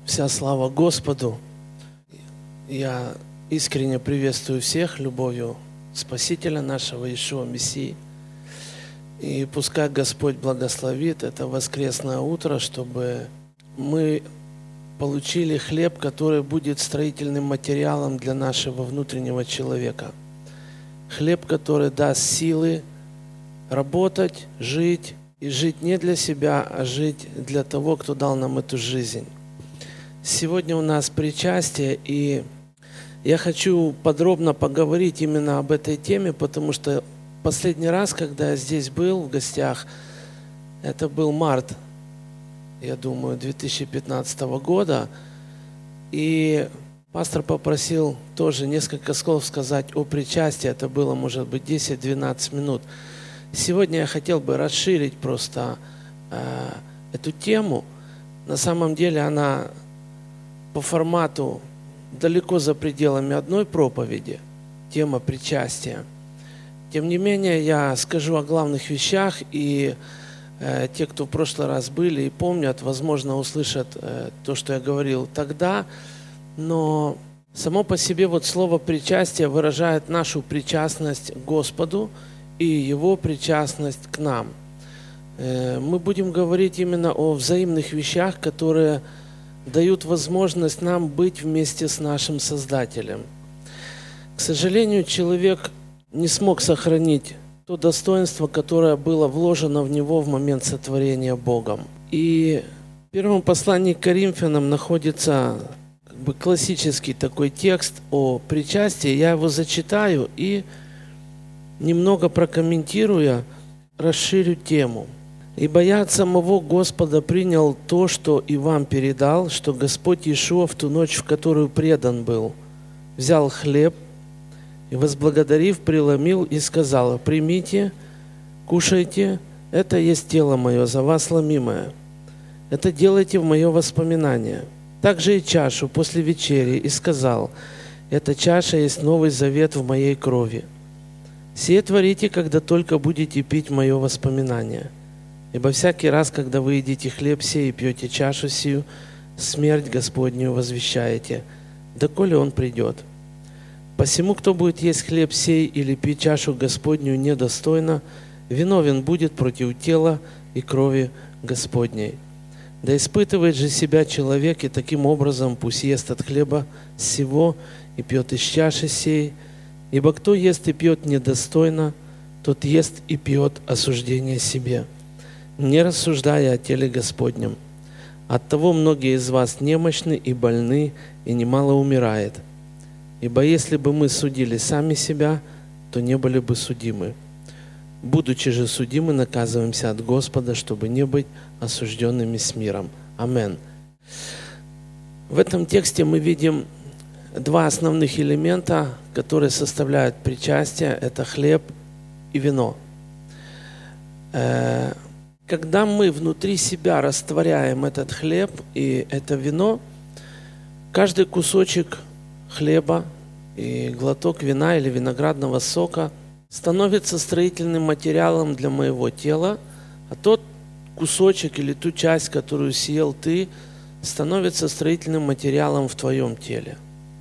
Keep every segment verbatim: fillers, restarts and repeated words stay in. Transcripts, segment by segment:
Вся слава Господу. Я искренне приветствую всех любовью Спасителя нашего Иешуа Мессии. И пускай Господь благословит это воскресное утро, чтобы мы получили хлеб, который будет строительным материалом для нашего внутреннего человека. Хлеб, который даст силы работать, жить, и жить не для себя, а жить для того, кто дал нам эту жизнь. Сегодня у нас причастие, и я хочу подробно поговорить именно об этой теме, потому что последний раз, когда я здесь был в гостях, это был март, я думаю, две тысячи пятнадцатого года, и пастор попросил тоже несколько слов сказать о причастии, это было, может быть, десять-двенадцать минут. Сегодня я хотел бы расширить просто э, эту тему. На самом деле она по формату далеко за пределами одной проповеди, тема причастия. Тем не менее, я скажу о главных вещах, и э, те, кто в прошлый раз были и помнят, возможно, услышат э, то, что я говорил тогда. Но само по себе вот слово «причастие» выражает нашу причастность к Господу и Его причастность к нам. Э, мы будем говорить именно о взаимных вещах, которые дают возможность нам быть вместе с нашим Создателем. К сожалению, человек не смог сохранить то достоинство, которое было вложено в него в момент сотворения Богом. И в первом послании к Коринфянам находится как бы классический такой текст о причастии. Я его зачитаю и, немного прокомментируя, расширю тему. «Ибо я от самого Господа принял то, что и вам передал, что Господь Иешуа в ту ночь, в которую предан был, взял хлеб и, возблагодарив, преломил и сказал: примите, кушайте, это есть тело мое, за вас ломимое. Это делайте в мое воспоминание. Также и чашу после вечери, и сказал: эта чаша есть новый завет в моей крови. Сие творите, когда только будете пить мое воспоминание. Ибо всякий раз, когда вы едите хлеб сей и пьете чашу сию, смерть Господнюю возвещаете, доколе Он придет. Посему, кто будет есть хлеб сей или пить чашу Господнюю недостойно, виновен будет против тела и крови Господней. Да испытывает же себя человек, и таким образом пусть ест от хлеба сего и пьет из чаши сей. Ибо кто ест и пьет недостойно, тот ест и пьет осуждение себе, не рассуждая о теле Господнем. Оттого многие из вас немощны и больны, и немало умирает. Ибо если бы мы судили сами себя, то не были бы судимы. Будучи же судимы, наказываемся от Господа, чтобы не быть осужденными с миром. Амин». В этом тексте мы видим два основных элемента, которые составляют причастие. Это хлеб и вино. Когда мы внутри себя растворяем этот хлеб и это вино, каждый кусочек хлеба и глоток вина или виноградного сока становится строительным материалом для моего тела, а тот кусочек или ту часть, которую съел ты, становится строительным материалом в твоем теле.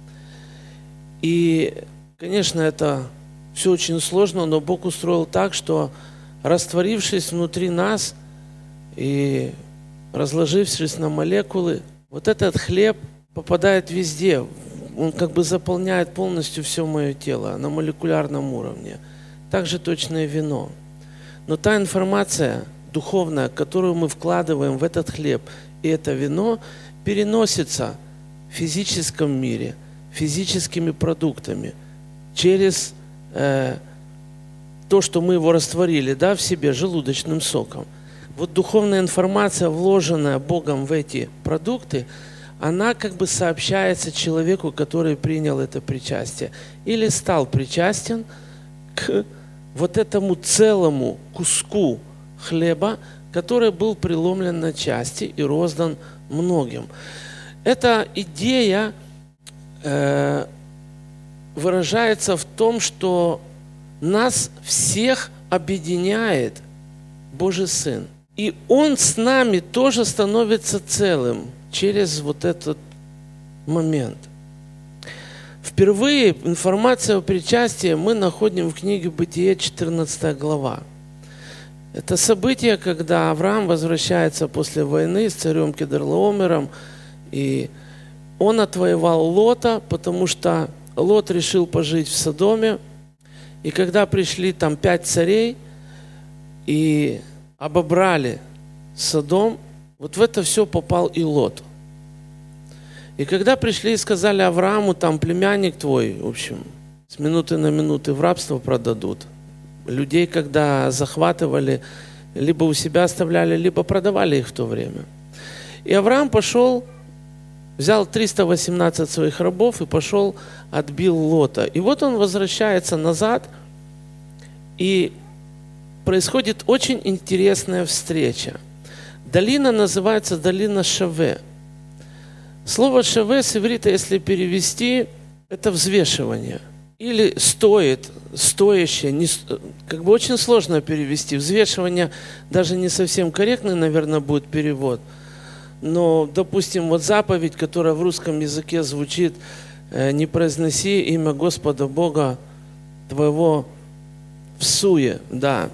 И, конечно, это все очень сложно, но Бог устроил так, что, растворившись внутри нас и разложившись на молекулы, вот этот хлеб попадает везде. Он как бы заполняет полностью все мое тело на молекулярном уровне. Также точно и вино. Но та информация духовная, которую мы вкладываем в этот хлеб и это вино, переносится в физическом мире, физическими продуктами, через э, то, что мы его растворили, да, в себе желудочным соком. Вот духовная информация, вложенная Богом в эти продукты, она как бы сообщается человеку, который принял это причастие или стал причастен к вот этому целому куску хлеба, который был преломлен на части и роздан многим. Эта идея э, выражается в том, что нас всех объединяет Божий Сын. И Он с нами тоже становится целым. через вот этот момент. Впервые информацию о причастии мы находим в книге Бытие, четырнадцатая глава. Это событие, когда Авраам возвращается после войны с царем Кедорлаомером, и он отвоевал Лота, потому что Лот решил пожить в Содоме. И когда пришли там пять царей и обобрали Содом, вот в это все попал и Лот. И когда пришли и сказали Аврааму, там племянник твой, в общем, с минуты на минуту в рабство продадут. Людей, когда захватывали, либо у себя оставляли, либо продавали их в то время. И Авраам пошел, взял триста восемнадцать своих рабов и пошел, отбил Лота. И вот он возвращается назад, и происходит очень интересная встреча. Долина называется долина Шаве. Слово «шаве» с иврита, если перевести, это взвешивание. Или стоит, стоящее, не, как бы очень сложно перевести. Взвешивание даже не совсем корректный, наверное, будет перевод. Но, допустим, вот заповедь, которая в русском языке звучит: «Не произноси имя Господа Бога твоего в суе». Да.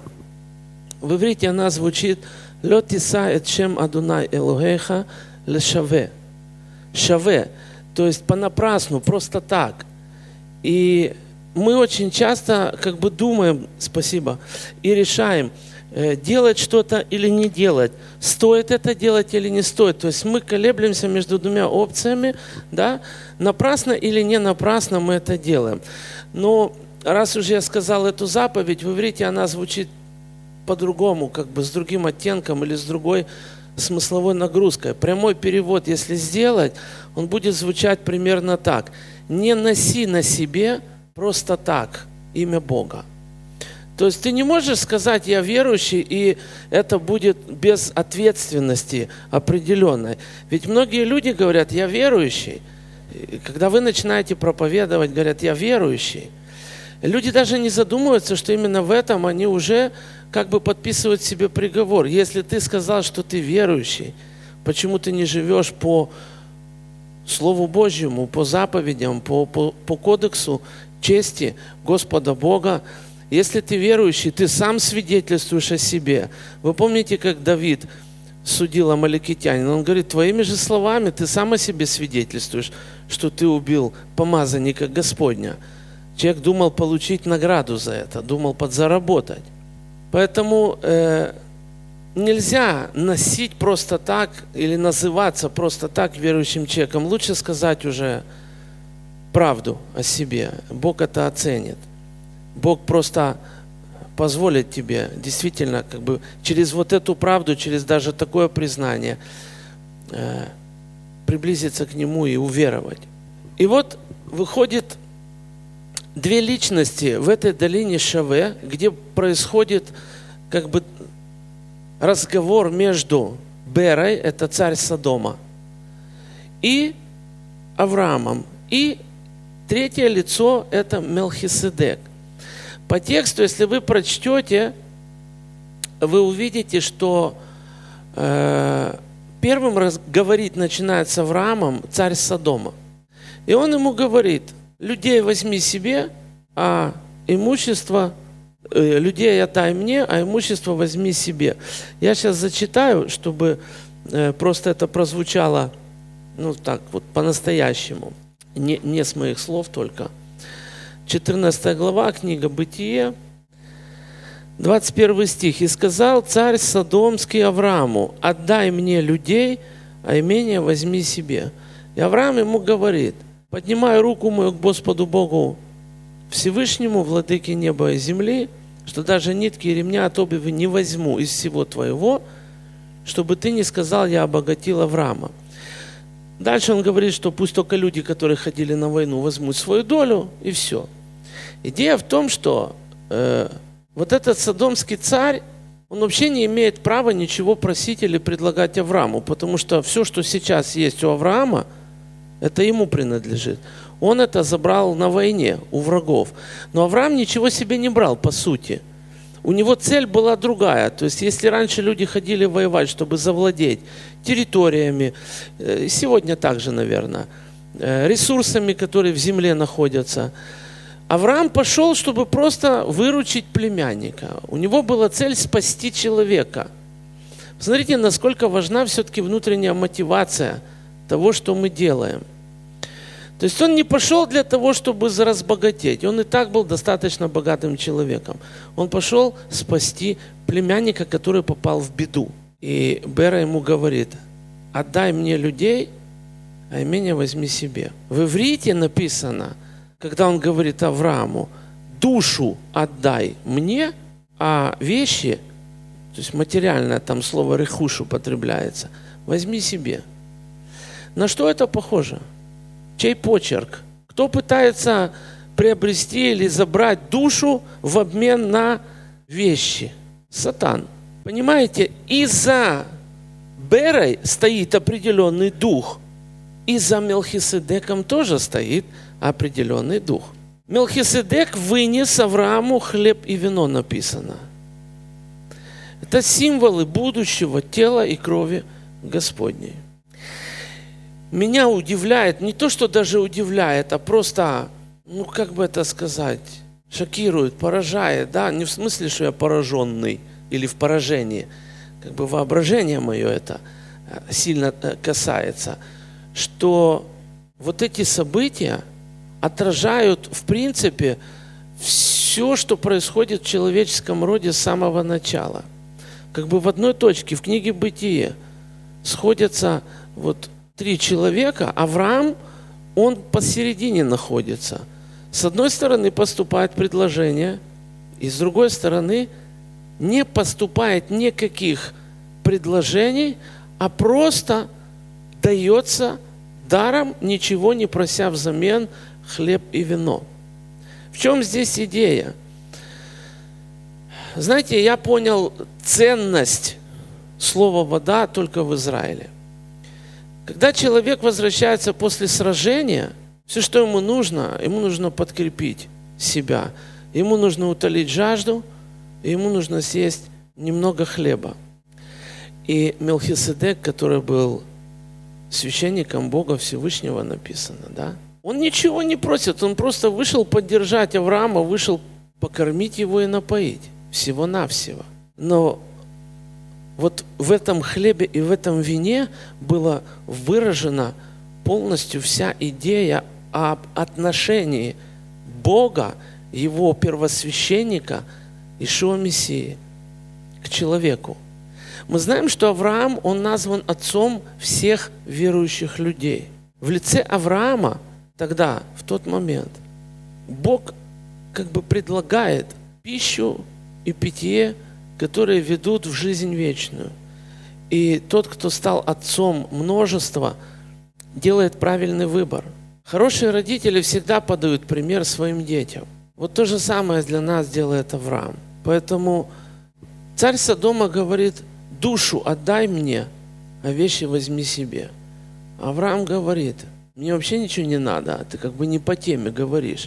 В иврите она звучит «Лё тиса эт шем Адунай Элогеха лешаве». Шаве, то есть понапрасну, просто так. И мы очень часто как бы думаем, спасибо, и решаем, делать что-то или не делать, стоит это делать или не стоит. То есть мы колеблемся между двумя опциями, да, напрасно или не напрасно мы это делаем. Но раз уже я сказал эту заповедь, в иврите она звучит по-другому, как бы с другим оттенком или с другой смысловой нагрузкой. Прямой перевод, если сделать, он будет звучать примерно так: не носи на себе просто так имя Бога. То есть ты не можешь сказать «я верующий», и это будет без ответственности определенной. Ведь многие люди говорят «я верующий». И когда вы начинаете проповедовать, говорят «я верующий». Люди даже не задумываются, что именно в этом они уже как бы подписывают себе приговор. Если ты сказал, что ты верующий, почему ты не живешь по Слову Божьему, по заповедям, по, по, по кодексу чести Господа Бога? Если ты верующий, ты сам свидетельствуешь о себе. Вы помните, как Давид судил амаликитянина? Он говорит: твоими же словами ты сам о себе свидетельствуешь, что ты убил помазанника Господня. Человек думал получить награду за это, думал подзаработать. Поэтому э, нельзя носить просто так или называться просто так верующим человеком. Лучше сказать уже правду о себе. Бог это оценит. Бог просто позволит тебе действительно как бы через вот эту правду, через даже такое признание э, приблизиться к Нему и уверовать. И вот выходит две личности в этой долине Шаве, где происходит как бы разговор между Берой, это царь Содома, и Авраамом. И третье лицо – это Мелхиседек. По тексту, если вы прочтете, вы увидите, что э, первым раз говорить начинает с Авраамом царь Содома. И он ему говорит: людей возьми себе, а имущество, э, людей отдай мне, а имущество возьми себе. Я сейчас зачитаю, чтобы э, просто это прозвучало, ну так вот, по-настоящему, не, не с моих слов только. четырнадцатая глава, книга Бытие, двадцать первый стих. «И сказал царь Содомский Аврааму: отдай мне людей, а имение возьми себе». И Авраам ему говорит: поднимай руку мою к Господу Богу Всевышнему, владыке неба и земли, что даже нитки и ремня от обуви не возьму из всего твоего, чтобы ты не сказал: я обогатил Авраама. Дальше он говорит, что пусть только люди, которые ходили на войну, возьмут свою долю, и все. Идея в том, что э, вот этот содомский царь, он вообще не имеет права ничего просить или предлагать Аврааму, потому что все, что сейчас есть у Авраама, это ему принадлежит. Он это забрал на войне у врагов. Но Авраам ничего себе не брал, по сути. У него цель была другая. То есть, если раньше люди ходили воевать, чтобы завладеть территориями, сегодня также, наверное, ресурсами, которые в земле находятся, Авраам пошел, чтобы просто выручить племянника. У него была цель спасти человека. Смотрите, насколько важна все-таки внутренняя мотивация того, что мы делаем. То есть он не пошел для того, чтобы разбогатеть. Он и так был достаточно богатым человеком. Он пошел спасти племянника, который попал в беду. И Бера ему говорит: отдай мне людей, а имение возьми себе. В иврите написано, когда он говорит Аврааму: душу отдай мне, а вещи, то есть материальное, там слово рехуш употребляется, возьми себе. На что это похоже? Чей почерк? Кто пытается приобрести или забрать душу в обмен на вещи? Сатан. Понимаете, и за Берой стоит определенный дух, и за Мелхиседеком тоже стоит определенный дух. Мелхиседек вынес Аврааму хлеб и вино, написано. Это символы будущего тела и крови Господней. Меня удивляет, не то, что даже удивляет, а просто, ну как бы это сказать, шокирует, поражает, да, не в смысле, что я пораженный или в поражении, как бы воображение мое это сильно касается, что вот эти события отражают, в принципе, все, что происходит в человеческом роде с самого начала. Как бы в одной точке, в книге Бытие, сходятся вот три человека. Авраам, он посередине находится. С одной стороны поступает предложение, и с другой стороны не поступает никаких предложений, а просто дается даром, ничего не прося взамен, хлеб и вино. В чем здесь идея? Знаете, я понял ценность слова «вода» только в Израиле. Когда человек возвращается после сражения, все, что ему нужно, ему нужно подкрепить себя. Ему нужно утолить жажду, и ему нужно съесть немного хлеба. И Мелхиседек, который был священником Бога Всевышнего, написано, да? Он ничего не просит, он просто вышел поддержать Авраама, вышел покормить его и напоить. Всего-навсего. Но вот в этом хлебе и в этом вине была выражена полностью вся идея об отношении Бога, его первосвященника, Иешуа Мессии, к человеку. Мы знаем, что Авраам, он назван отцом всех верующих людей. В лице Авраама тогда, в тот момент, Бог как бы предлагает пищу и питье, которые ведут в жизнь вечную. И тот, кто стал отцом множества, делает правильный выбор. Хорошие родители всегда подают пример своим детям. Вот то же самое для нас делает Авраам. Поэтому царь Содома говорит: душу отдай мне, а вещи возьми себе. Авраам говорит: мне вообще ничего не надо, ты как бы не по теме говоришь.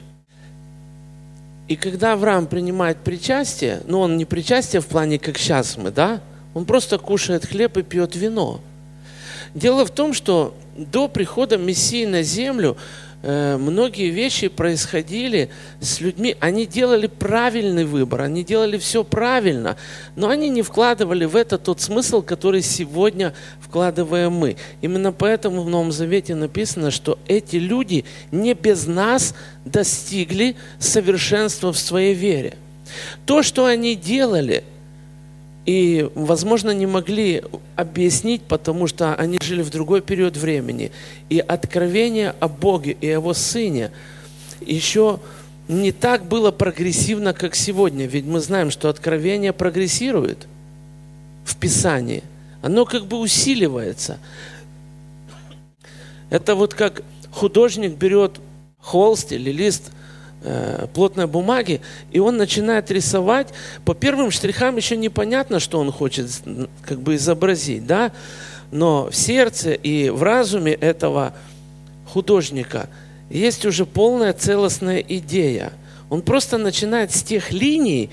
И когда Авраам принимает причастие, ну он не причастие в плане, как сейчас мы, да, он просто кушает хлеб и пьет вино. Дело в том, что до прихода Мессии на землю э, многие вещи происходили с людьми. Они делали правильный выбор, они делали все правильно, но они не вкладывали в это тот смысл, который сегодня вкладываем мы. Именно поэтому в Новом Завете написано, что эти люди не без нас достигли совершенства в своей вере. То, что они делали, и, возможно, не могли объяснить, потому что они жили в другой период времени. И откровение о Боге и о Его Сыне еще не так было прогрессивно, как сегодня. Ведь мы знаем, что откровение прогрессирует в Писании. Оно как бы усиливается. Это вот как художник берет холст или лист плотной бумаги, и он начинает рисовать. По первым штрихам еще непонятно, что он хочет как бы изобразить, да? Но в сердце и в разуме этого художника есть уже полная целостная идея. Он просто начинает с тех линий,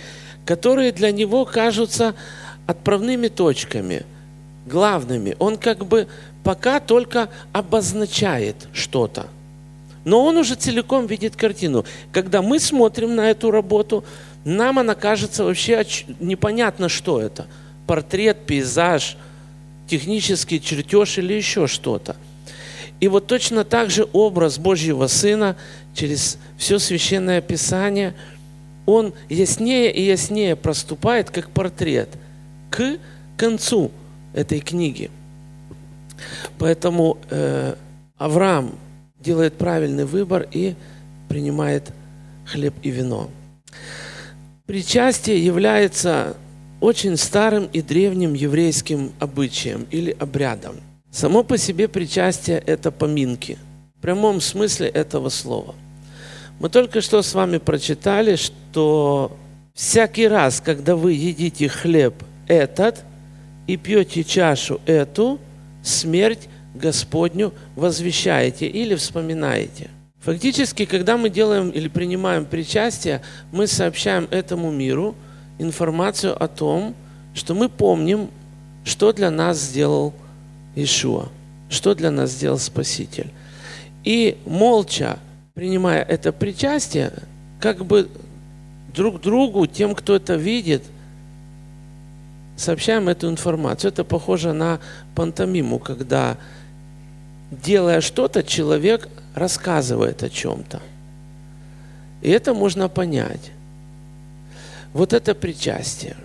которые для него кажутся отправными точками, главными. Он как бы пока только обозначает что-то. Но он уже целиком видит картину. Когда мы смотрим на эту работу, нам она кажется вообще непонятно, что это. Портрет, пейзаж, технический чертеж или еще что-то. И вот точно так же образ Божьего Сына через все Священное Писание, он яснее и яснее проступает, как портрет, к концу этой книги. Поэтому э, Авраам делает правильный выбор и принимает хлеб и вино. Причастие является очень старым и древним еврейским обычаем или обрядом. Само по себе причастие – это поминки, в прямом смысле этого слова. Мы только что с вами прочитали, что всякий раз, когда вы едите хлеб этот и пьете чашу эту, смерть Господню возвещаете или вспоминаете. Фактически, когда мы делаем или принимаем причастие, мы сообщаем этому миру информацию о том, что мы помним, что для нас сделал Иешуа, что для нас сделал Спаситель. И молча, принимая это причастие, как бы друг другу, тем, кто это видит, сообщаем эту информацию. Это похоже на пантомиму, когда, делая что-то, человек рассказывает о чем-то. И это можно понять. Вот это причастие.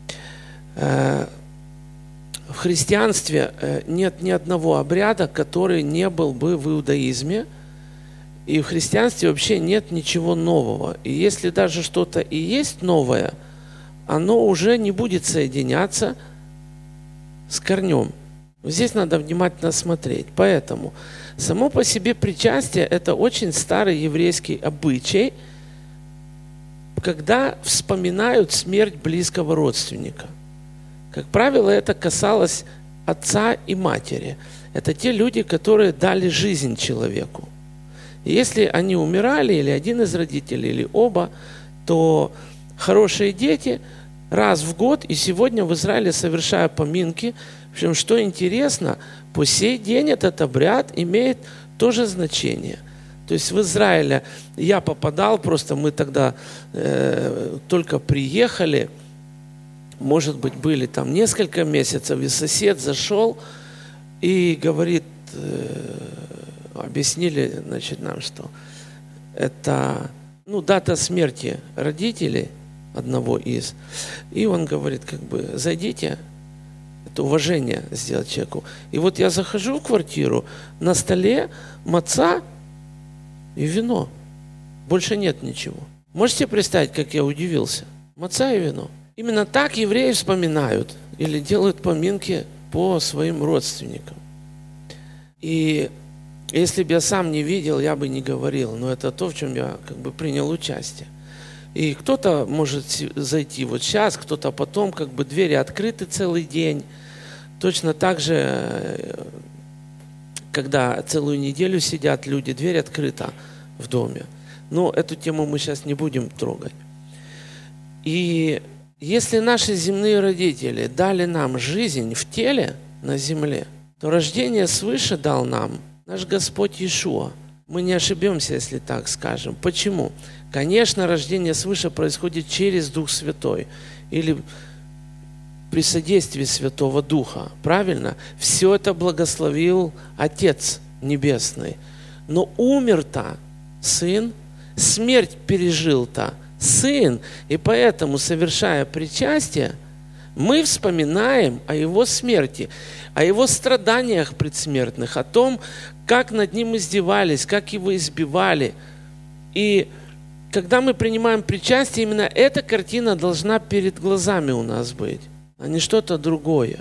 В христианстве нет ни одного обряда, который не был бы в иудаизме. И в христианстве вообще нет ничего нового. И если даже что-то и есть новое, оно уже не будет соединяться с корнем. Здесь надо внимательно смотреть. Поэтому само по себе причастие – это очень старый еврейский обычай, когда вспоминают смерть близкого родственника. Как правило, это касалось отца и матери. Это те люди, которые дали жизнь человеку. И если они умирали, или один из родителей, или оба, то хорошие дети раз в год, и сегодня в Израиле совершая поминки. Причем, что интересно, по сей день этот обряд имеет тоже значение. То есть в Израиле я попадал, просто мы тогда э, только приехали, может быть, были там несколько месяцев, и сосед зашел и говорит, э, объяснили, значит, нам, что это, ну, дата смерти родителей одного из. И он говорит, как бы, зайдите, это уважение сделать человеку. И вот я захожу в квартиру, на столе маца и вино. Больше нет ничего. Можете представить, как я удивился? Маца и вино. Именно так евреи вспоминают или делают поминки по своим родственникам. И если бы я сам не видел, я бы не говорил. Но это то, в чем я как бы принял участие. И кто-то может зайти вот сейчас, кто-то потом, как бы двери открыты целый день. Точно так же, когда целую неделю сидят люди, дверь открыта в доме. Но эту тему мы сейчас не будем трогать. И если наши земные родители дали нам жизнь в теле на земле, то рождение свыше дал нам наш Господь Иешуа. Мы не ошибемся, если так скажем. Почему? Конечно, рождение свыше происходит через Дух Святой или при содействии Святого Духа. Правильно? Все это благословил Отец Небесный. Но умер-то Сын, смерть пережил-то Сын, и поэтому, совершая причастие, мы вспоминаем о Его смерти, о Его страданиях предсмертных, о том, как над Ним издевались, как Его избивали. И когда мы принимаем причастие, именно эта картина должна перед глазами у нас быть, а не что-то другое.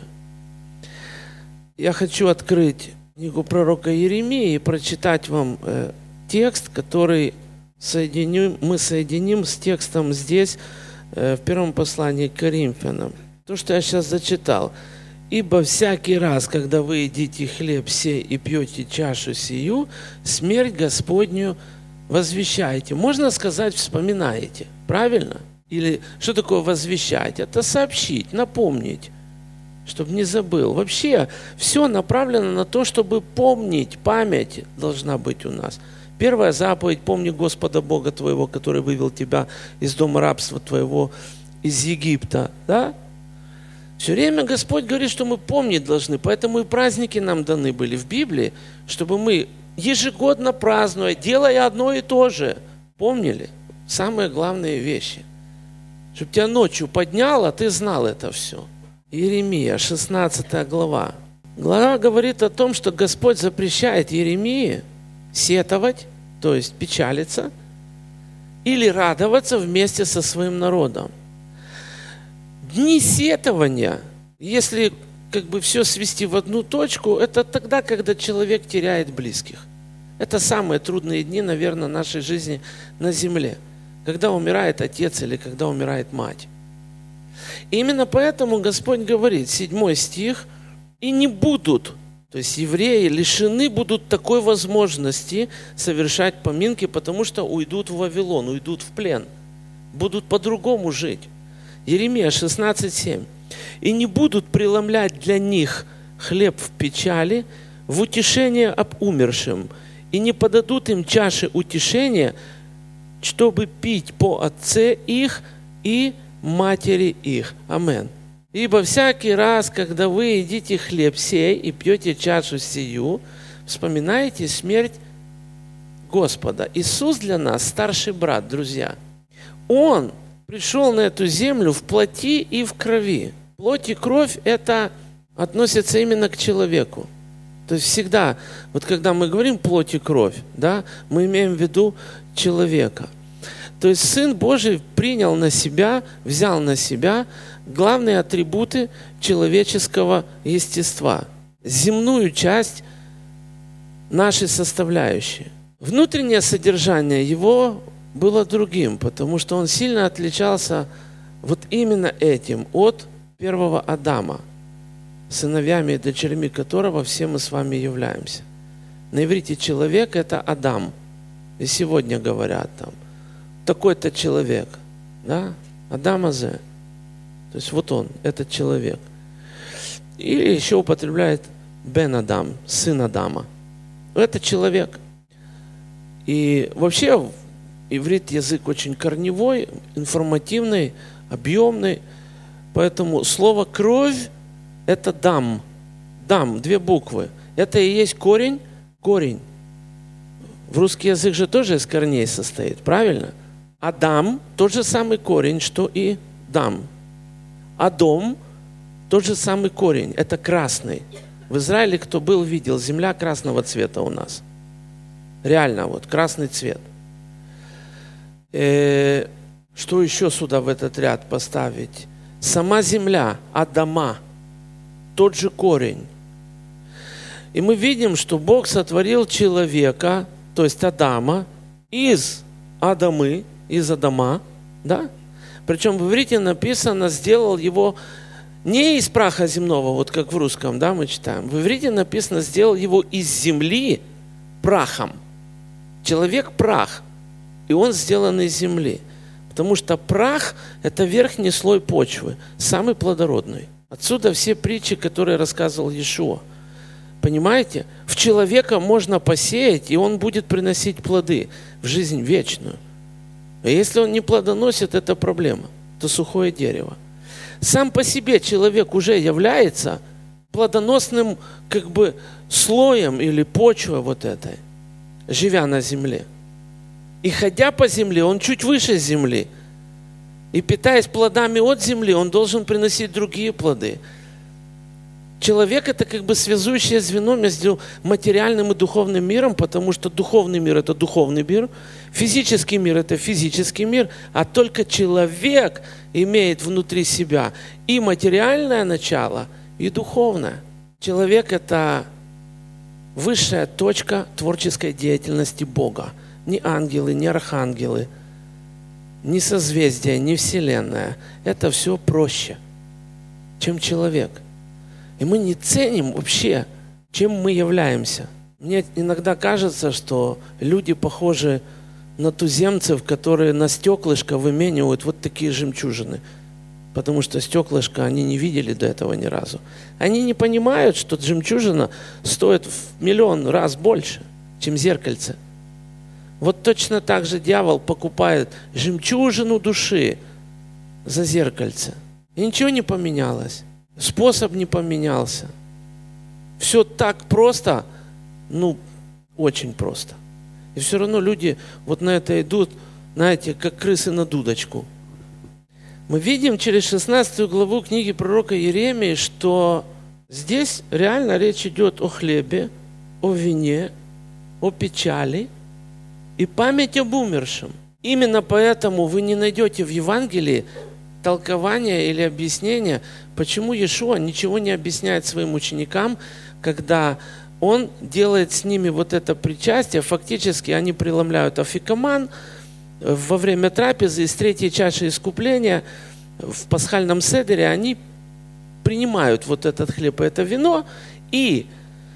Я хочу открыть книгу пророка Иеремии и прочитать вам э, текст, который соединим, мы соединим с текстом здесь, э, в первом послании к Коринфянам. То, что я сейчас зачитал. «Ибо всякий раз, когда вы едите хлеб сей и пьете чашу сию, смерть Господню возвещаете». Можно сказать, вспоминаете. Правильно? Или что такое возвещать? Это сообщить, напомнить, чтобы не забыл. Вообще все направлено на то, чтобы помнить. Память должна быть у нас. Первая заповедь: помни Господа Бога твоего, который вывел тебя из дома рабства твоего, из Египта. Да? Все время Господь говорит, что мы помнить должны. Поэтому и праздники нам даны были в Библии, чтобы мы ежегодно празднуя, делая одно и то же, помнили самые главные вещи. Чтобы тебя ночью подняло, ты знал это все. Иеремия, шестнадцатая глава. Глава говорит о том, что Господь запрещает Иеремии сетовать, то есть печалиться, или радоваться вместе со своим народом. Дни сетования, если как бы все свести в одну точку, это тогда, когда человек теряет близких. Это самые трудные дни, наверное, нашей жизни на земле. Когда умирает отец или когда умирает мать. И именно поэтому Господь говорит, седьмой стих, «И не будут», то есть евреи лишены будут такой возможности совершать поминки, потому что уйдут в Вавилон, уйдут в плен, будут по-другому жить. Иеремия шестнадцать семь. «И не будут преломлять для них хлеб в печали, в утешение об умершем, и не подадут им чаши утешения, чтобы пить по отце их и матери их». Амен. «Ибо всякий раз, когда вы едите хлеб сей и пьете чашу сию, вспоминаете смерть Господа». Иисус для нас старший брат, друзья. Он пришел на эту землю в плоти и в крови. Плоть и кровь – это относится именно к человеку. То есть всегда, вот когда мы говорим плоть и кровь, да, мы имеем в виду человека. То есть Сын Божий принял на себя, взял на себя главные атрибуты человеческого естества, земную часть нашей составляющей. Внутреннее содержание его было другим, потому что он сильно отличался вот именно этим от первого Адама, сыновьями и дочерьми которого все мы с вами являемся. На иврите человек – это Адам. И сегодня говорят там, такой-то человек, да, Адам Азе. То есть вот он, этот человек. Или еще употребляет Бен Адам, сын Адама. Это человек. И вообще иврит язык очень корневой, информативный, объемный. Поэтому слово «кровь» – это «дам». «Дам», две буквы. Это и есть корень, корень. В русский язык же тоже из корней состоит, правильно? Адам – тот же самый корень, что и «дам». Адом – тот же самый корень, это красный. В Израиле, кто был, видел, земля красного цвета у нас. Реально, вот, красный цвет. Э, что еще сюда в этот ряд поставить? Сама земля, Адама, тот же корень. И мы видим, что Бог сотворил человека, то есть Адама, из Адамы, из Адама, да? Причем в иврите написано, сделал его не из праха земного, вот как в русском, да, мы читаем. В иврите написано, сделал его из земли прахом. Человек прах, и он сделан из земли. Потому что прах – это верхний слой почвы, самый плодородный. Отсюда все притчи, которые рассказывал Иешуа. Понимаете? В человека можно посеять, и он будет приносить плоды в жизнь вечную. А если он не плодоносит, это проблема. Это сухое дерево. Сам по себе человек уже является плодоносным как бы слоем или почвой вот этой, живя на земле. И ходя по земле, он чуть выше земли. И питаясь плодами от земли, он должен приносить другие плоды. Человек – это как бы связующее звено между материальным и духовным миром, потому что духовный мир – это духовный мир, физический мир – это физический мир, а только человек имеет внутри себя и материальное начало, и духовное. Человек – это высшая точка творческой деятельности Бога. Ни ангелы, ни архангелы, ни созвездия, ни Вселенная. Это все проще, чем человек. И мы не ценим вообще, чем мы являемся. Мне иногда кажется, что люди похожи на туземцев, которые на стеклышко выменивают вот такие жемчужины. Потому что стеклышко они не видели до этого ни разу. Они не понимают, что жемчужина стоит в миллион раз больше, чем зеркальце. Вот точно так же дьявол покупает жемчужину души за зеркальце. И ничего не поменялось. Способ не поменялся. Все так просто, ну, очень просто. И все равно люди вот на это идут, знаете, как крысы на дудочку. Мы видим через шестнадцатую главу книги пророка Иеремии, что здесь реально речь идет о хлебе, о вине, о печали и память об умершем. Именно поэтому вы не найдете в Евангелии толкования или объяснения, почему Иешуа ничего не объясняет своим ученикам, когда Он делает с ними вот это причастие. Фактически они преломляют афикаман во время трапезы из третьей чаши искупления в пасхальном седере. Они принимают вот этот хлеб и это вино. И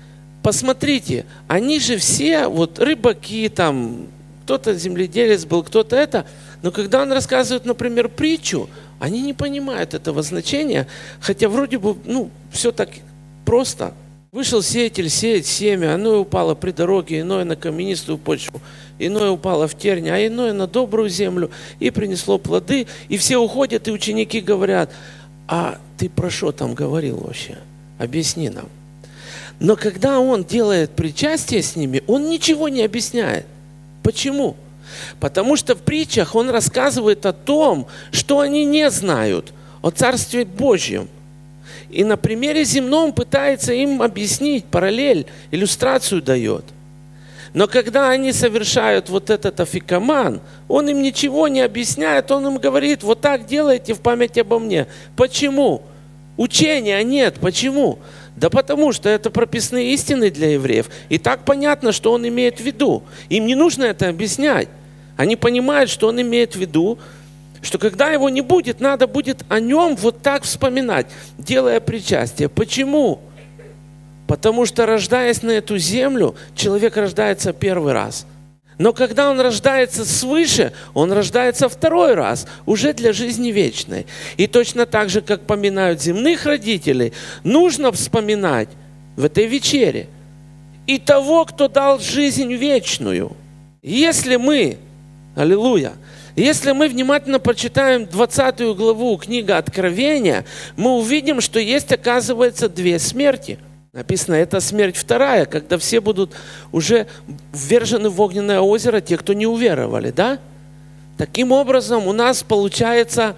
посмотрите, они же все, вот рыбаки, там, кто-то земледелец был, кто-то это. Но когда он рассказывает, например, притчу, они не понимают этого значения, хотя вроде бы, ну, все так просто. Вышел сеятель сеять семя, оно упало при дороге, иное на каменистую почву, иное упало в терни, а иное на добрую землю, и принесло плоды. И все уходят, и ученики говорят: а ты про что там говорил вообще? Объясни нам. Но когда он делает причастие с ними, он ничего не объясняет. Почему? Потому что в притчах он рассказывает о том, что они не знают, о Царстве Божьем. И на примере земном пытается им объяснить, параллель, иллюстрацию дает. Но когда они совершают вот этот афикаман, он им ничего не объясняет, он им говорит: вот так делайте в память обо мне. Почему? Учения нет. Почему? Да потому что это прописные истины для евреев. И так понятно, что он имеет в виду. Им не нужно это объяснять. Они понимают, что он имеет в виду, что когда его не будет, надо будет о нем вот так вспоминать, делая причастие. Почему? Потому что, рождаясь на эту землю, человек рождается первый раз. Но когда он рождается свыше, он рождается второй раз, уже для жизни вечной. И точно так же, как поминают земных родителей, нужно вспоминать в этой вечере и того, кто дал жизнь вечную. Если мы, аллилуйя, если мы внимательно прочитаем двадцатую главу книги Откровения, мы увидим, что есть, оказывается, две смерти. Написано, это смерть вторая, когда все будут уже ввержены в огненное озеро, те, кто не уверовали, да? Таким образом, у нас получается,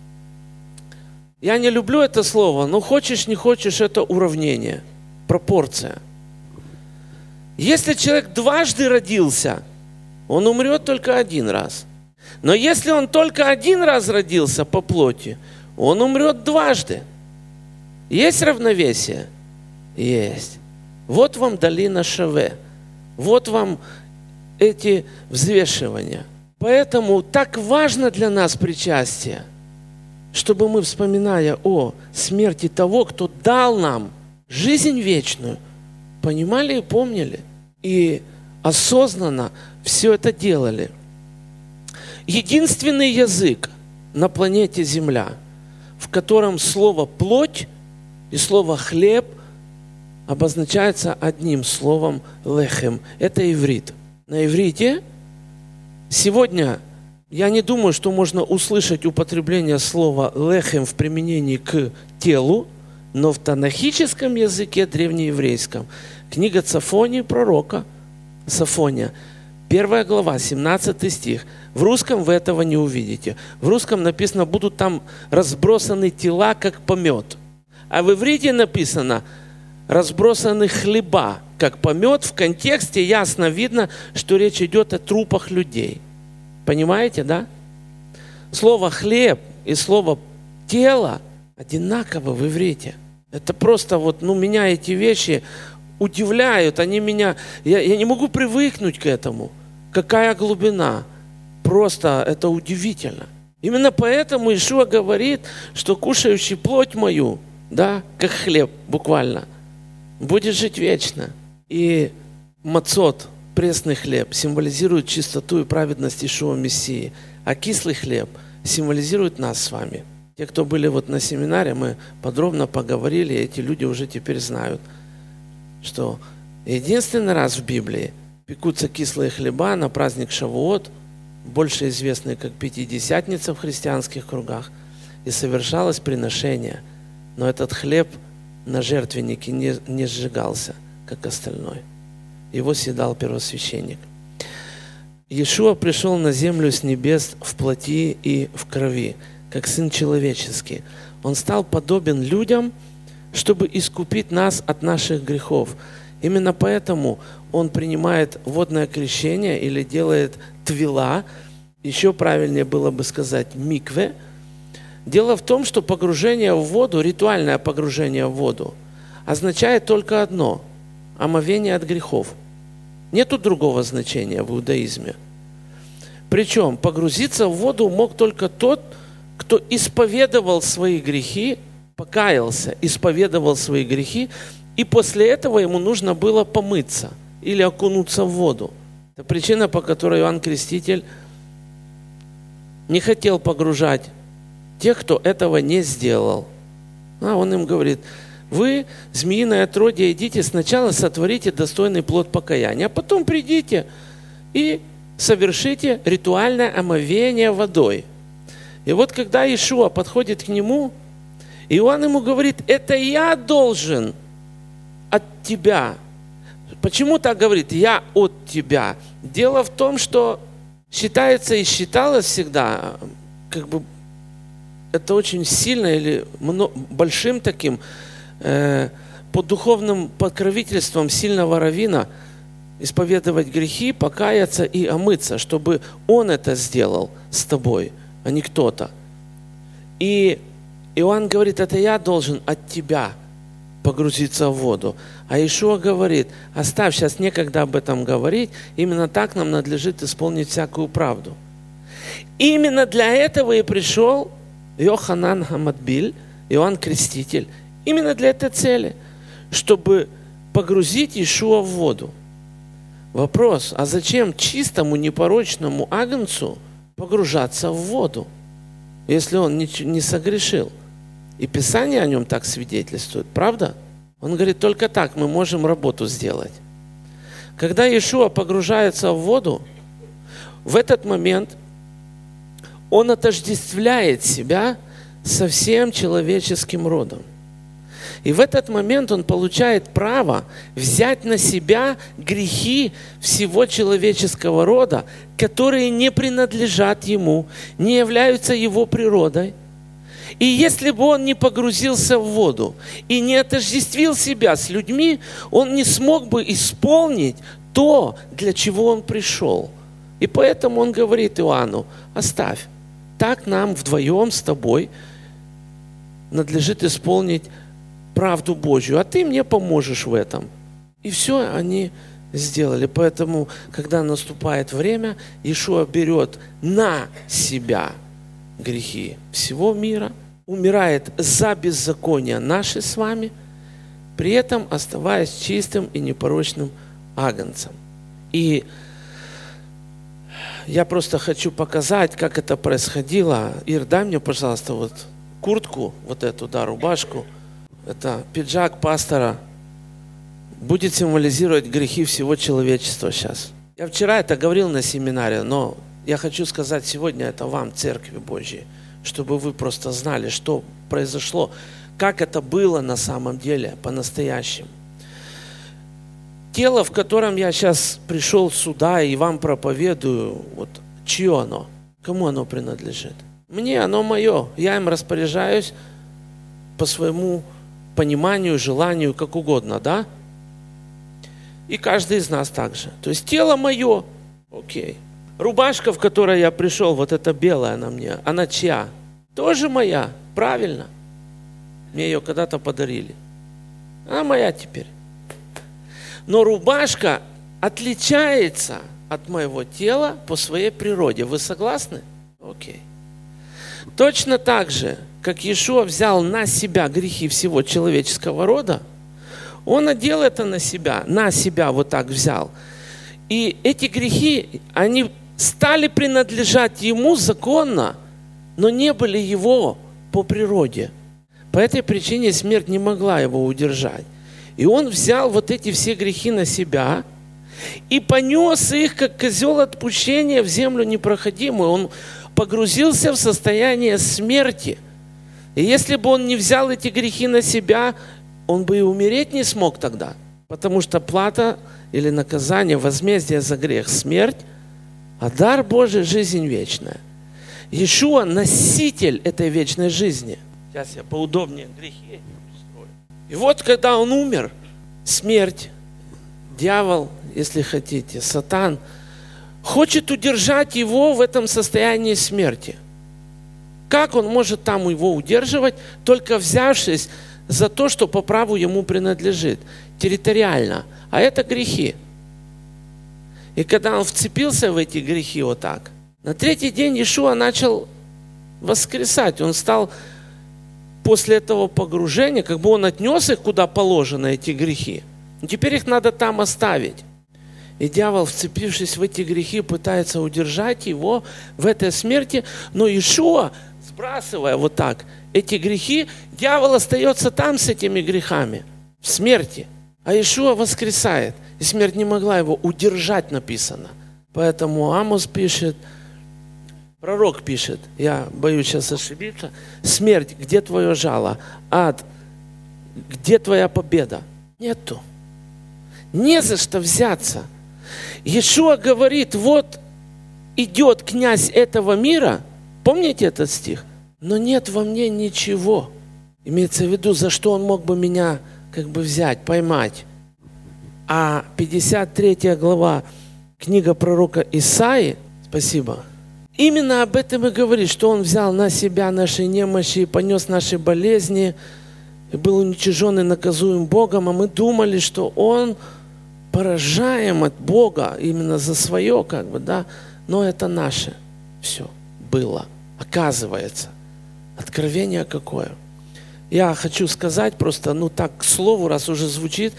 я не люблю это слово, но хочешь, не хочешь, это уравнение, пропорция. Если человек дважды родился, он умрет только один раз. Но если он только один раз родился по плоти, он умрет дважды. Есть равновесие? Есть. Вот вам долина Шаве. Вот вам эти взвешивания. Поэтому так важно для нас причастие, чтобы мы, вспоминая о смерти того, кто дал нам жизнь вечную, понимали и помнили. И осознанно все это делали. Единственный язык на планете Земля, в котором слово «плоть» и слово «хлеб» обозначается одним словом «лехем». Это иврит. На иврите сегодня я не думаю, что можно услышать употребление слова «лехем» в применении к телу, но в танахическом языке древнееврейском, книга Софонии, пророка Софония, первая глава, семнадцатый стих. В русском вы этого не увидите. В русском написано, будут там разбросаны тела, как помет. А в иврите написано, разбросаны хлеба, как помет. В контексте ясно видно, что речь идет о трупах людей. Понимаете, да? Слово «хлеб» и слово «тело» одинаково в иврите. Это просто вот, ну, меня эти вещи удивляют, они меня, я, я не могу привыкнуть к этому. Какая глубина. Просто это удивительно. Именно поэтому Иешуа говорит, что кушающий плоть мою, да, как хлеб буквально, будет жить вечно. И мацот, пресный хлеб символизирует чистоту и праведность Иешуа Мессии, а кислый хлеб символизирует нас с вами. Те, кто были вот на семинаре, мы подробно поговорили, эти люди уже теперь знают, что единственный раз в Библии пекутся кислые хлеба на праздник Шавуот, больше известный как Пятидесятница в христианских кругах, и совершалось приношение. Но этот хлеб на жертвеннике не, не сжигался, как остальной. Его съедал первосвященник. Иешуа пришел на землю с небес в плоти и в крови, как Сын Человеческий. Он стал подобен людям, чтобы искупить нас от наших грехов. Именно поэтому Он принимает водное крещение или делает твила, еще правильнее было бы сказать микве. Дело в том, что погружение в воду, ритуальное погружение в воду, означает только одно – омовение от грехов. Нету другого значения в иудаизме. Причем погрузиться в воду мог только тот, кто исповедовал свои грехи, покаялся, исповедовал свои грехи, и после этого ему нужно было помыться или окунуться в воду. Это причина, по которой Иоанн Креститель не хотел погружать тех, кто этого не сделал. А он им говорит: вы, змеиное отродье, идите сначала сотворите достойный плод покаяния, а потом придите и совершите ритуальное омовение водой. И вот когда Иешуа подходит к нему, Иоанн ему говорит: это я должен от тебя. Почему так говорит? Я от тебя. Дело в том, что считается и считалось всегда, как бы это очень сильно или большим таким, э, под духовным покровительством сильного раввина исповедовать грехи, покаяться и омыться, чтобы он это сделал с тобой, а не кто-то. И Иоанн говорит: это я должен от тебя погрузиться в воду. А Иешуа говорит: оставь, сейчас некогда об этом говорить, именно так нам надлежит исполнить всякую правду. Именно для этого и пришел Йоханан Хаматбиль, Иоанн Креститель, именно для этой цели, чтобы погрузить Иешуа в воду. Вопрос: а зачем чистому, непорочному агнцу погружаться в воду, если он не, не согрешил? И Писание о нем так свидетельствует, правда? Он говорит: только так мы можем работу сделать. Когда Иешуа погружается в воду, в этот момент он отождествляет себя со всем человеческим родом. И в этот момент он получает право взять на себя грехи всего человеческого рода, которые не принадлежат ему, не являются его природой. И если бы он не погрузился в воду и не отождествил себя с людьми, он не смог бы исполнить то, для чего он пришел. И поэтому он говорит Иоанну: оставь, так нам вдвоем с тобой надлежит исполнить правду Божью, а ты мне поможешь в этом. И все они сделали. Поэтому, когда наступает время, Иешуа берет на себя грехи всего мира, умирает за беззаконие наши с вами, при этом оставаясь чистым и непорочным агнцем. И я просто хочу показать, как это происходило. Ир, дай мне, пожалуйста, вот куртку, вот эту, да, рубашку. Это пиджак пастора. Будет символизировать грехи всего человечества сейчас. Я вчера это говорил на семинаре, но я хочу сказать сегодня это вам, Церкви Божьей, чтобы вы просто знали, что произошло, как это было на самом деле, по-настоящему. Тело, в котором я сейчас пришел сюда и вам проповедую, вот, чье оно? Кому оно принадлежит? Мне, оно мое. Я им распоряжаюсь по своему пониманию, желанию, как угодно, да? И каждый из нас также. То есть тело мое, окей. Рубашка, в которой я пришел, вот эта белая на мне, она чья? Тоже моя, правильно. Мне ее когда-то подарили. Она моя теперь. Но рубашка отличается от моего тела по своей природе. Вы согласны? Окей. Точно так же, как Иешуа взял на себя грехи всего человеческого рода, Он одел это на себя, на себя вот так взял. И эти грехи, они стали принадлежать ему законно, но не были его по природе. По этой причине смерть не могла его удержать. И он взял вот эти все грехи на себя и понес их, как козел отпущения, в землю непроходимую. Он погрузился в состояние смерти. И если бы он не взял эти грехи на себя, он бы и умереть не смог тогда. Потому что плата или наказание, возмездие за грех – смерть, а дар Божий – жизнь вечная. Иешуа – носитель этой вечной жизни. Сейчас я поудобнее грехи устрою. И вот когда он умер, смерть, дьявол, если хотите, сатан, хочет удержать его в этом состоянии смерти. Как он может там его удерживать, только взявшись за то, что по праву ему принадлежит, территориально. А это грехи. И когда он вцепился в эти грехи вот так, на третий день Иешуа начал воскресать. Он стал после этого погружения, как бы он отнес их куда положено, эти грехи. И теперь их надо там оставить. И дьявол, вцепившись в эти грехи, пытается удержать его в этой смерти. Но Иешуа, сбрасывая вот так эти грехи, дьявол остается там с этими грехами, в смерти. А Иешуа воскресает. И смерть не могла его удержать, написано. Поэтому Амос пишет, пророк пишет, я боюсь сейчас ошибиться: смерть, где твое жало? Ад, где твоя победа? Нету. Не за что взяться. Иешуа говорит, вот идет князь этого мира, помните этот стих? Но нет во мне ничего. Имеется в виду, за что он мог бы меня как бы взять, поймать. А пятьдесят третья глава, книга пророка Исаии, спасибо, именно об этом и говорит, что он взял на себя наши немощи и понес наши болезни, и был уничижен и наказуем Богом, а мы думали, что он поражаем от Бога именно за свое, как бы, да, но это наше все было, оказывается. Откровение какое. Я хочу сказать просто, ну так, к слову, раз уже звучит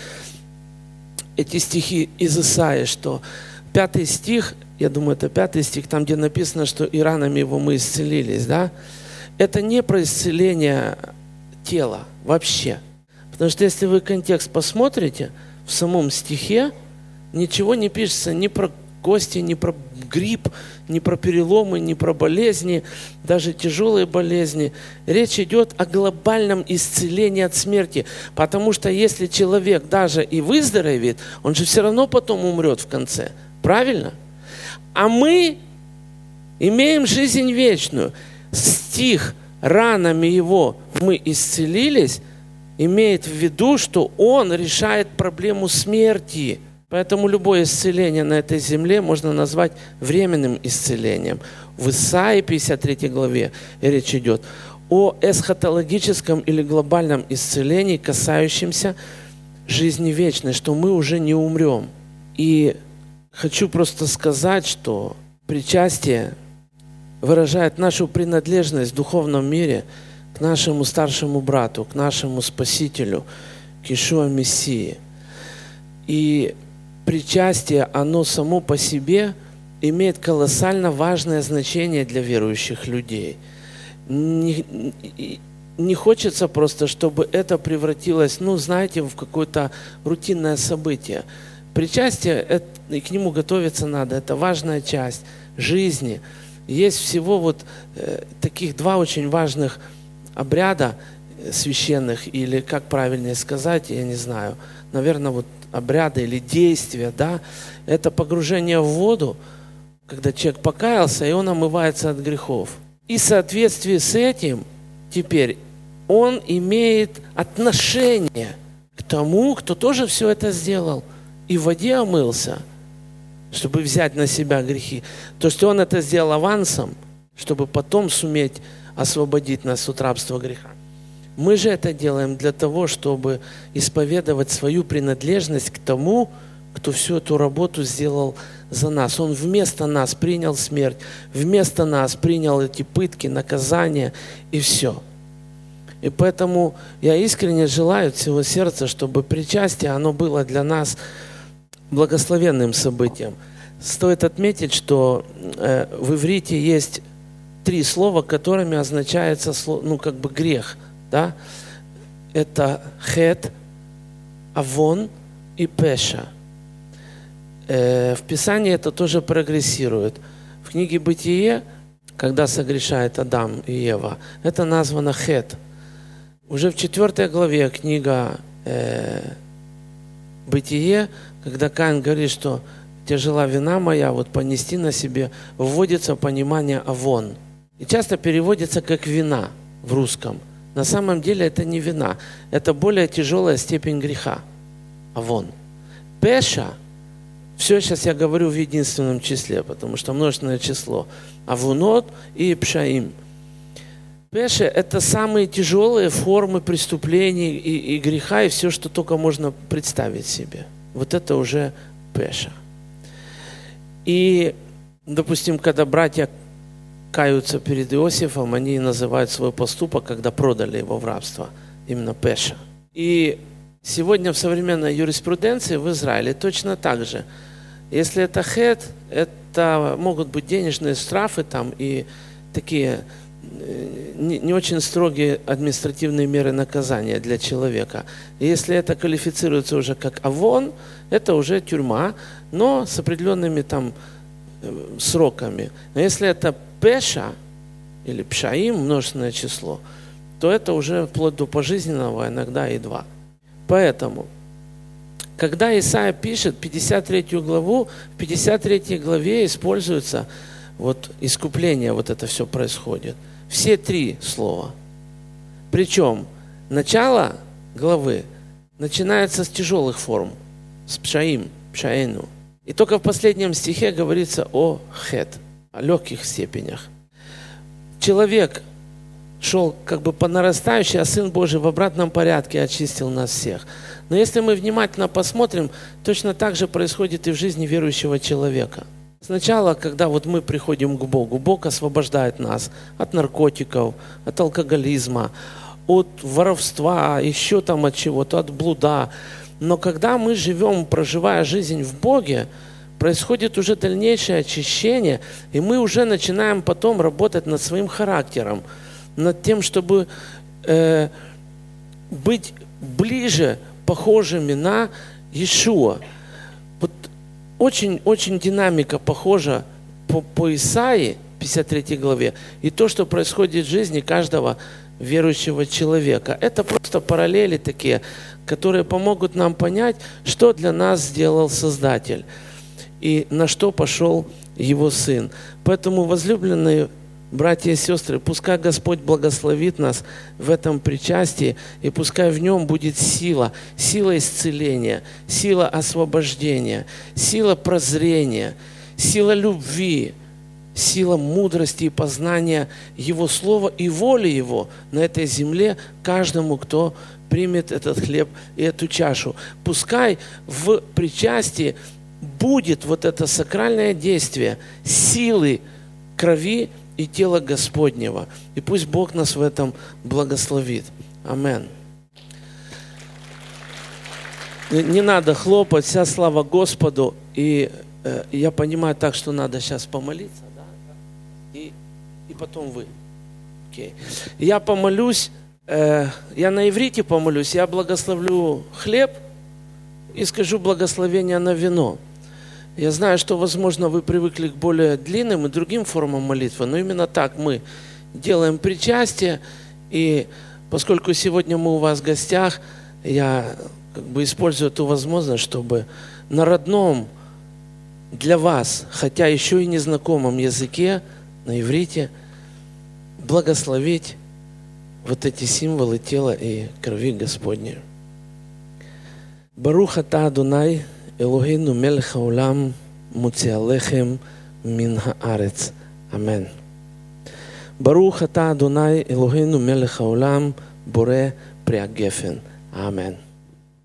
эти стихи из Исаии, что пятый стих, я думаю, это пятый стих, там, где написано, что и ранами его мы исцелились, да, это не про исцеление тела вообще. Потому что если вы контекст посмотрите, в самом стихе ничего не пишется ни про кости, ни про грипп, ни про переломы, ни про болезни, даже тяжелые болезни. Речь идет о глобальном исцелении от смерти. Потому что если человек даже и выздоровеет, он же все равно потом умрет в конце. Правильно? А мы имеем жизнь вечную. Стих «ранами его мы исцелились» имеет в виду, что он решает проблему смерти. Поэтому любое исцеление на этой земле можно назвать временным исцелением. В Исаии пятьдесят третьей главе речь идет о эсхатологическом или глобальном исцелении, касающемся жизни вечной, что мы уже не умрем. И хочу просто сказать, что причастие выражает нашу принадлежность в духовном мире к нашему старшему брату, к нашему Спасителю, к Иешуа Мессии. И причастие, оно само по себе имеет колоссально важное значение для верующих людей. Не, не хочется просто, чтобы это превратилось, ну, знаете, в какое-то рутинное событие. Причастие, это, и к нему готовиться надо, это важная часть жизни. Есть всего вот э, таких два очень важных обряда священных, или как правильнее сказать, я не знаю, наверное, вот обряды или действия, да, это погружение в воду, когда человек покаялся, и он омывается от грехов. И в соответствии с этим теперь он имеет отношение к тому, кто тоже все это сделал, и в воде омылся, чтобы взять на себя грехи. То есть он это сделал авансом, чтобы потом суметь освободить нас от рабства греха. Мы же это делаем для того, чтобы исповедовать свою принадлежность к тому, кто всю эту работу сделал за нас. Он вместо нас принял смерть, вместо нас принял эти пытки, наказания и все. И поэтому я искренне желаю от всего сердца, чтобы причастие, оно было для нас благословенным событием. Стоит отметить, что э, в иврите есть три слова, которыми означается, ну, как бы грех, да? Это хет, авон и пеша. Э, в Писании это тоже прогрессирует. В книге «Бытие», когда согрешает Адам и Ева, это названо хет. Уже в четвертой главе книга э, «Бытие», когда Каин говорит, что тяжела вина моя, вот понести на себе, вводится понимание авон. И часто переводится как вина в русском. На самом деле это не вина, это более тяжелая степень греха. Авон. Пеша, все сейчас я говорю в единственном числе, потому что множественное число. Авунот и пшаим. Пеша – это самые тяжелые формы преступлений и, и греха, и все, что только можно представить себе. Вот это уже пеша. И, допустим, когда братья каются перед Иосифом, они называют свой поступок, когда продали его в рабство, именно пеша. И сегодня в современной юриспруденции в Израиле точно так же. Если это хет, это могут быть денежные штрафы там и такие не, не очень строгие административные меры наказания для человека. И если это квалифицируется уже как авон, это уже тюрьма, но с определенными там сроками. Но если это пеша или пшаим, множественное число, то это уже вплоть до пожизненного, иногда и два. Поэтому, когда Исаия пишет пятьдесят третью главу, в пятьдесят третьей главе используется вот искупление, вот это все происходит. Все три слова. Причем начало главы начинается с тяжелых форм, с пшаим, пшаэну. И только в последнем стихе говорится о хет, о легких степенях. Человек шел как бы по нарастающей, а Сын Божий в обратном порядке очистил нас всех. Но если мы внимательно посмотрим, точно так же происходит и в жизни верующего человека. Сначала, когда вот мы приходим к Богу, Бог освобождает нас от наркотиков, от алкоголизма, от воровства, еще там от чего-то, от блуда. Но когда мы живем, проживая жизнь в Боге, происходит уже дальнейшее очищение, и мы уже начинаем потом работать над своим характером, над тем, чтобы э, быть ближе, похожими на Иешуа. Вот очень-очень динамика похожа по, по Исаии, пятьдесят третьей главе, и то, что происходит в жизни каждого верующего человека. Это просто параллели такие, которые помогут нам понять, что для нас сделал Создатель и на что пошел Его Сын. Поэтому, возлюбленные братья и сестры, пускай Господь благословит нас в этом причастии, и пускай в нем будет сила, сила исцеления, сила освобождения, сила прозрения, сила любви, сила мудрости и познания Его Слова и воли Его на этой земле каждому, кто примет этот хлеб и эту чашу. Пускай в причастии будет вот это сакральное действие силы крови и тела Господнего. И пусть Бог нас в этом благословит. Амин. Не надо хлопать, вся слава Господу. И э, я понимаю так, что надо сейчас помолиться, да? И, и потом вы. Okay. Я помолюсь, э, я на иврите помолюсь, я благословлю хлеб и скажу благословение на вино. Я знаю, что, возможно, вы привыкли к более длинным и другим формам молитвы, но именно так мы делаем причастие. И поскольку сегодня мы у вас в гостях, я как бы использую эту возможность, чтобы на родном для вас, хотя еще и незнакомом языке, на иврите, благословить вот эти символы тела и крови Господней. Барух ата Адонай Элохейну мелех хаолам муци алехем мин хаарец. Амен. Барух ата Адонай Элохейну мелех хаолам боре при агефен. Амен.